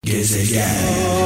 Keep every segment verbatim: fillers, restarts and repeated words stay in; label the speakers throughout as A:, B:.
A: Gezegen.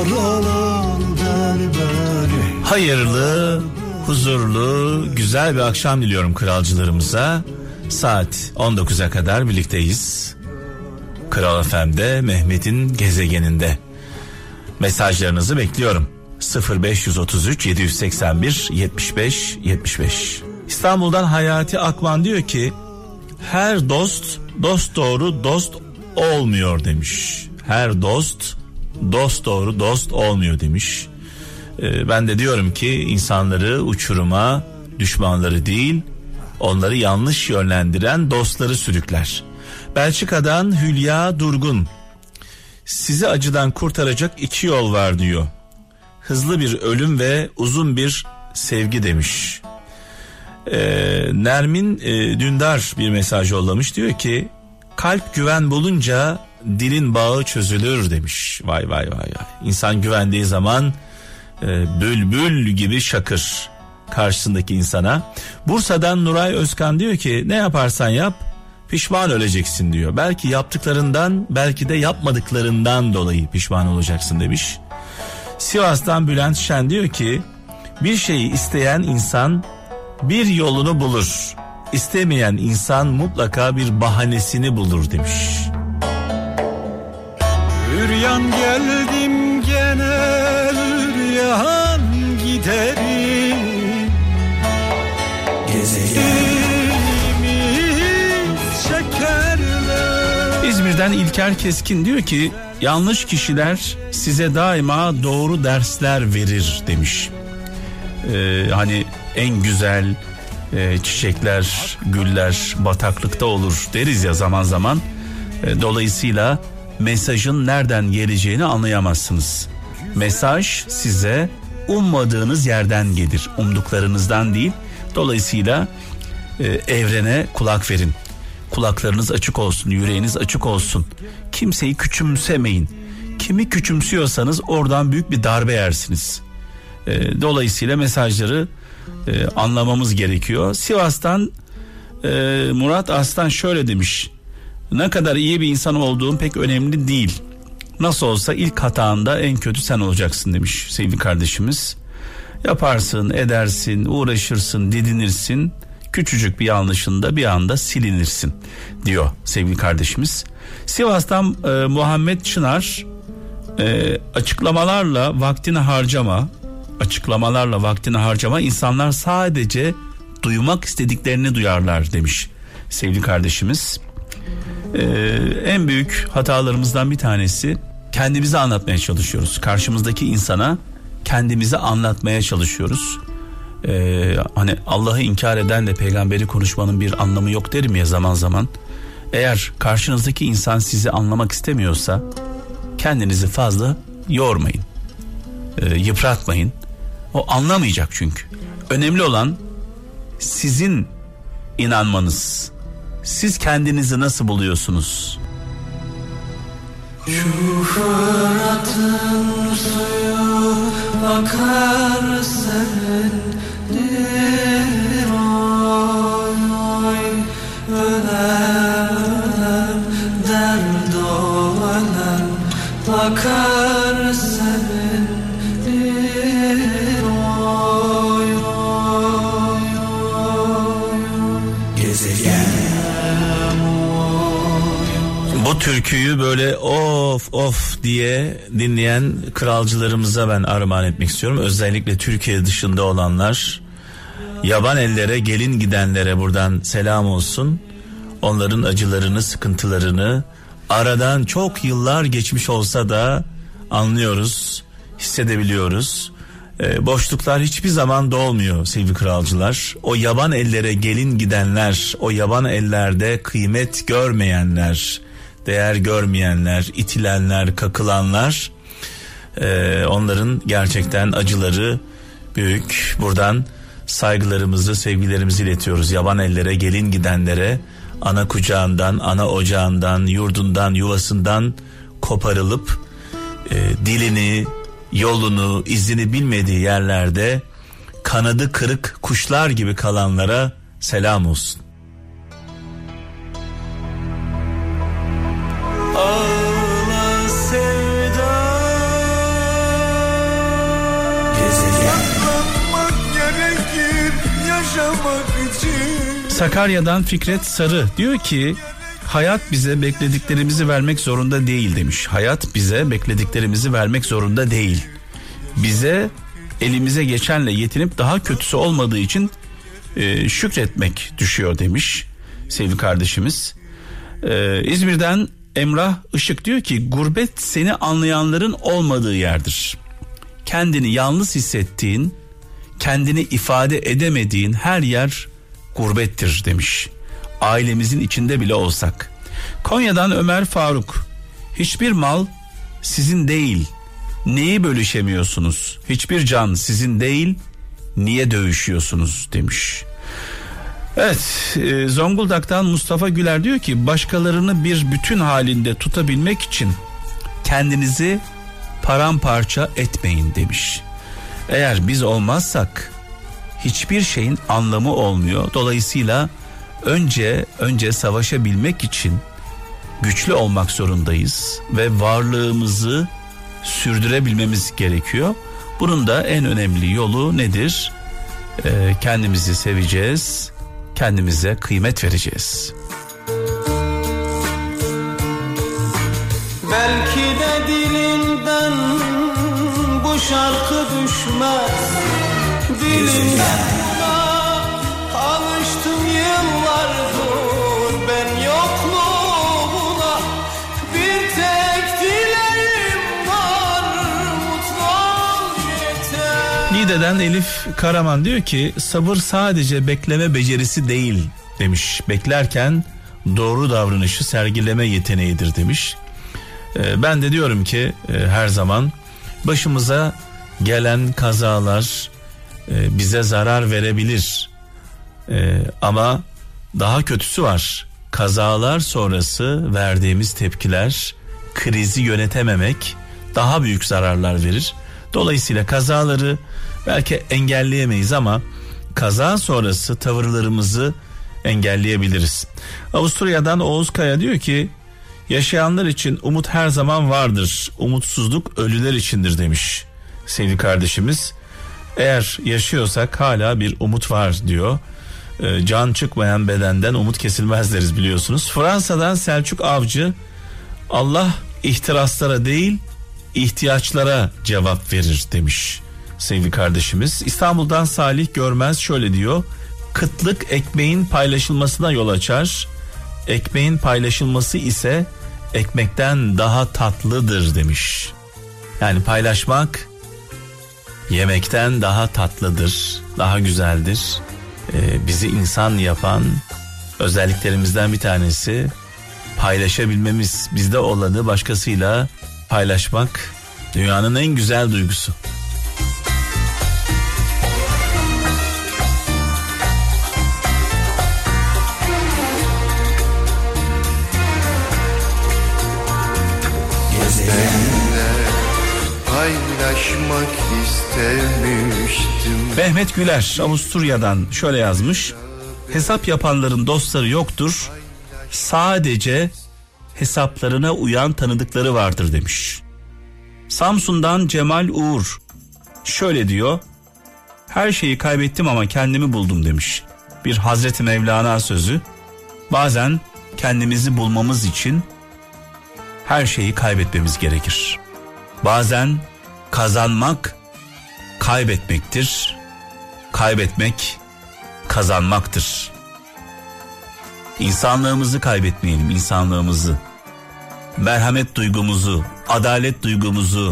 B: Hayırlı, huzurlu, güzel bir akşam diliyorum kralcılarımıza. Saat on dokuza kadar birlikteyiz. Kral F M'de Mehmet'in gezegeninde. Mesajlarınızı bekliyorum. sıfır beş otuz üç yedi seksen bir yetmiş beş yetmiş beş. İstanbul'dan Hayati Akman diyor ki her dost dost doğru dost olmuyor demiş. Her dost dost doğru dost olmuyor demiş. Ee, ben de diyorum ki insanları uçuruma, düşmanları değil, onları yanlış yönlendiren dostları sürükler. Belçika'dan Hülya Durgun, sizi acıdan kurtaracak iki yol var diyor. Hızlı bir ölüm ve uzun bir sevgi demiş. Ee, Nermin e, Dündar bir mesaj yollamış, diyor ki kalp güven bulunca dilin bağı çözülür demiş. Vay vay vay vay. İnsan güvendiği zaman e, bülbül gibi şakır karşısındaki insana. Bursa'dan Nuray Özkan diyor ki ne yaparsan yap pişman öleceksin diyor. Belki yaptıklarından, belki de yapmadıklarından dolayı pişman olacaksın demiş. Sivas'tan Bülent Şen diyor ki bir şeyi isteyen insan bir yolunu bulur. İstemeyen insan mutlaka bir bahanesini bulur demiş.
C: Üryan geldim gene, üryan giderim.
A: Gezegen.
B: İzmir'den İlker Keskin diyor ki yanlış kişiler size daima doğru dersler verir demiş. Ee, hani en güzel e, çiçekler, güller bataklıkta olur deriz ya zaman zaman. E, dolayısıyla mesajın nereden geleceğini anlayamazsınız. Mesaj size ummadığınız yerden gelir, umduklarınızdan değil. Dolayısıyla e, evrene kulak verin. Kulaklarınız açık olsun, yüreğiniz açık olsun. Kimseyi küçümsemeyin. Kimi küçümsüyorsanız oradan büyük bir darbe yersiniz. E, dolayısıyla mesajları e, anlamamız gerekiyor. Sivas'tan e, Murat Aslan şöyle demiş. Ne kadar iyi bir insan olduğun pek önemli değil. Nasıl olsa ilk hatanda en kötü sen olacaksın demiş sevgili kardeşimiz. Yaparsın, edersin, uğraşırsın, didinirsin. Küçücük bir yanlışında bir anda silinirsin diyor sevgili kardeşimiz. Sivas'tan e, Muhammed Çınar e, açıklamalarla vaktini harcama, açıklamalarla vaktini harcama. İnsanlar sadece duymak istediklerini duyarlar demiş sevgili kardeşimiz. E, en büyük hatalarımızdan bir tanesi kendimizi anlatmaya çalışıyoruz. Karşımızdaki insana kendimizi anlatmaya çalışıyoruz. Ee, hani Allah'ı inkar edenle peygamberi konuşmanın bir anlamı yok derim ya zaman zaman. Eğer karşınızdaki insan sizi anlamak istemiyorsa kendinizi fazla yormayın, ee, yıpratmayın. O anlamayacak çünkü. Önemli olan sizin inanmanız. Siz kendinizi nasıl buluyorsunuz?
D: Şu Fırat'ın suyu akar senindir oy oy. Ölem ölem derd ölem bakar senindir oy oy oy.
A: Gezegen.
B: Bu türküyü böyle of of diye dinleyen kralcılarımıza ben armağan etmek istiyorum. Özellikle Türkiye dışında olanlar, yaban ellere gelin gidenlere buradan selam olsun. Onların acılarını, sıkıntılarını aradan çok yıllar geçmiş olsa da anlıyoruz, hissedebiliyoruz. Ee, boşluklar hiçbir zaman dolmuyor sevgili kralcılar. O yaban ellere gelin gidenler, o yaban ellerde kıymet görmeyenler, değer görmeyenler, itilenler, kakılanlar, e, onların gerçekten acıları büyük. Buradan saygılarımızı, sevgilerimizi iletiyoruz. Yaban ellere gelin gidenlere, ana kucağından, ana ocağından, yurdundan, yuvasından koparılıp e, dilini, yolunu, izini bilmediği yerlerde kanadı kırık kuşlar gibi kalanlara selam olsun.
C: Ağla sevda
D: yaşamak için.
B: Sakarya'dan Fikret Sarı diyor ki hayat bize beklediklerimizi vermek zorunda değil demiş. Hayat bize beklediklerimizi vermek zorunda değil. Bize elimize geçenle yetinip daha kötüsü olmadığı için e, şükretmek düşüyor demiş sevgili kardeşimiz. E, İzmir'den Emrah Işık diyor ki gurbet seni anlayanların olmadığı yerdir. Kendini yalnız hissettiğin, kendini ifade edemediğin her yer gurbettir demiş. Ailemizin içinde bile olsak. Konya'dan Ömer Faruk. Hiçbir mal sizin değil. Neyi bölüşemiyorsunuz? Hiçbir can sizin değil. Niye dövüşüyorsunuz demiş. Evet, e, Zonguldak'tan Mustafa Güler diyor ki başkalarını bir bütün halinde tutabilmek için kendinizi paramparça etmeyin demiş. Eğer biz olmazsak hiçbir şeyin anlamı olmuyor. Dolayısıyla önce önce savaşabilmek için güçlü olmak zorundayız ve varlığımızı sürdürebilmemiz gerekiyor. Bunun da en önemli yolu nedir? Ee, kendimizi seveceğiz, kendimize kıymet vereceğiz.
D: Belki de dilinden bu şarkı düşmez. Dilimden alıştım yıllardır ben yokluğuna. Bir tek dileğim var, mutlu ol yeter.
B: Niğde'den Elif Karaman diyor ki sabır sadece bekleme becerisi değil demiş. Beklerken doğru davranışı sergileme yeteneğidir demiş. Ee, ben de diyorum ki e, her zaman başımıza gelen kazalar e, bize zarar verebilir. E, ama daha kötüsü var. Kazalar sonrası verdiğimiz tepkiler, krizi yönetememek daha büyük zararlar verir. Dolayısıyla kazaları belki engelleyemeyiz ama kaza sonrası tavırlarımızı engelleyebiliriz. Avusturya'dan Oğuz Kaya diyor ki yaşayanlar için umut her zaman vardır. Umutsuzluk ölüler içindir demiş sevgili kardeşimiz. Eğer yaşıyorsak hala bir umut var diyor. E, can çıkmayan bedenden umut kesilmez deriz biliyorsunuz. Fransa'dan Selçuk Avcı Allah ihtiraslara değil ihtiyaçlara cevap verir demiş sevgili kardeşimiz. İstanbul'dan Salih Görmez şöyle diyor. Kıtlık ekmeğin paylaşılmasına yol açar. Ekmeğin paylaşılması ise ekmekten daha tatlıdır demiş. Yani paylaşmak yemekten daha tatlıdır, daha güzeldir. Ee, bizi insan yapan özelliklerimizden bir tanesi paylaşabilmemiz. Bizde olanı başkasıyla paylaşmak dünyanın en güzel duygusu.
E: Paylaşmak istemiştim.
B: Mehmet Güler Avusturya'dan şöyle yazmış. Hesap yapanların dostları yoktur. Sadece hesaplarına uyan tanıdıkları vardır demiş. Samsun'dan Cemal Uğur şöyle diyor. Her şeyi kaybettim ama kendimi buldum demiş. Bir Hazreti Mevlana sözü. Bazen kendimizi bulmamız için her şeyi kaybetmemiz gerekir. Bazen kazanmak kaybetmektir. Kaybetmek kazanmaktır. İnsanlığımızı kaybetmeyelim, insanlığımızı. Merhamet duygumuzu, adalet duygumuzu,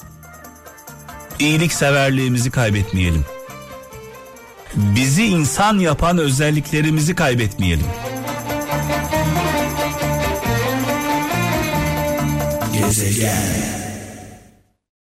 B: iyilikseverliğimizi kaybetmeyelim. Bizi insan yapan özelliklerimizi kaybetmeyelim.
A: Gezegen.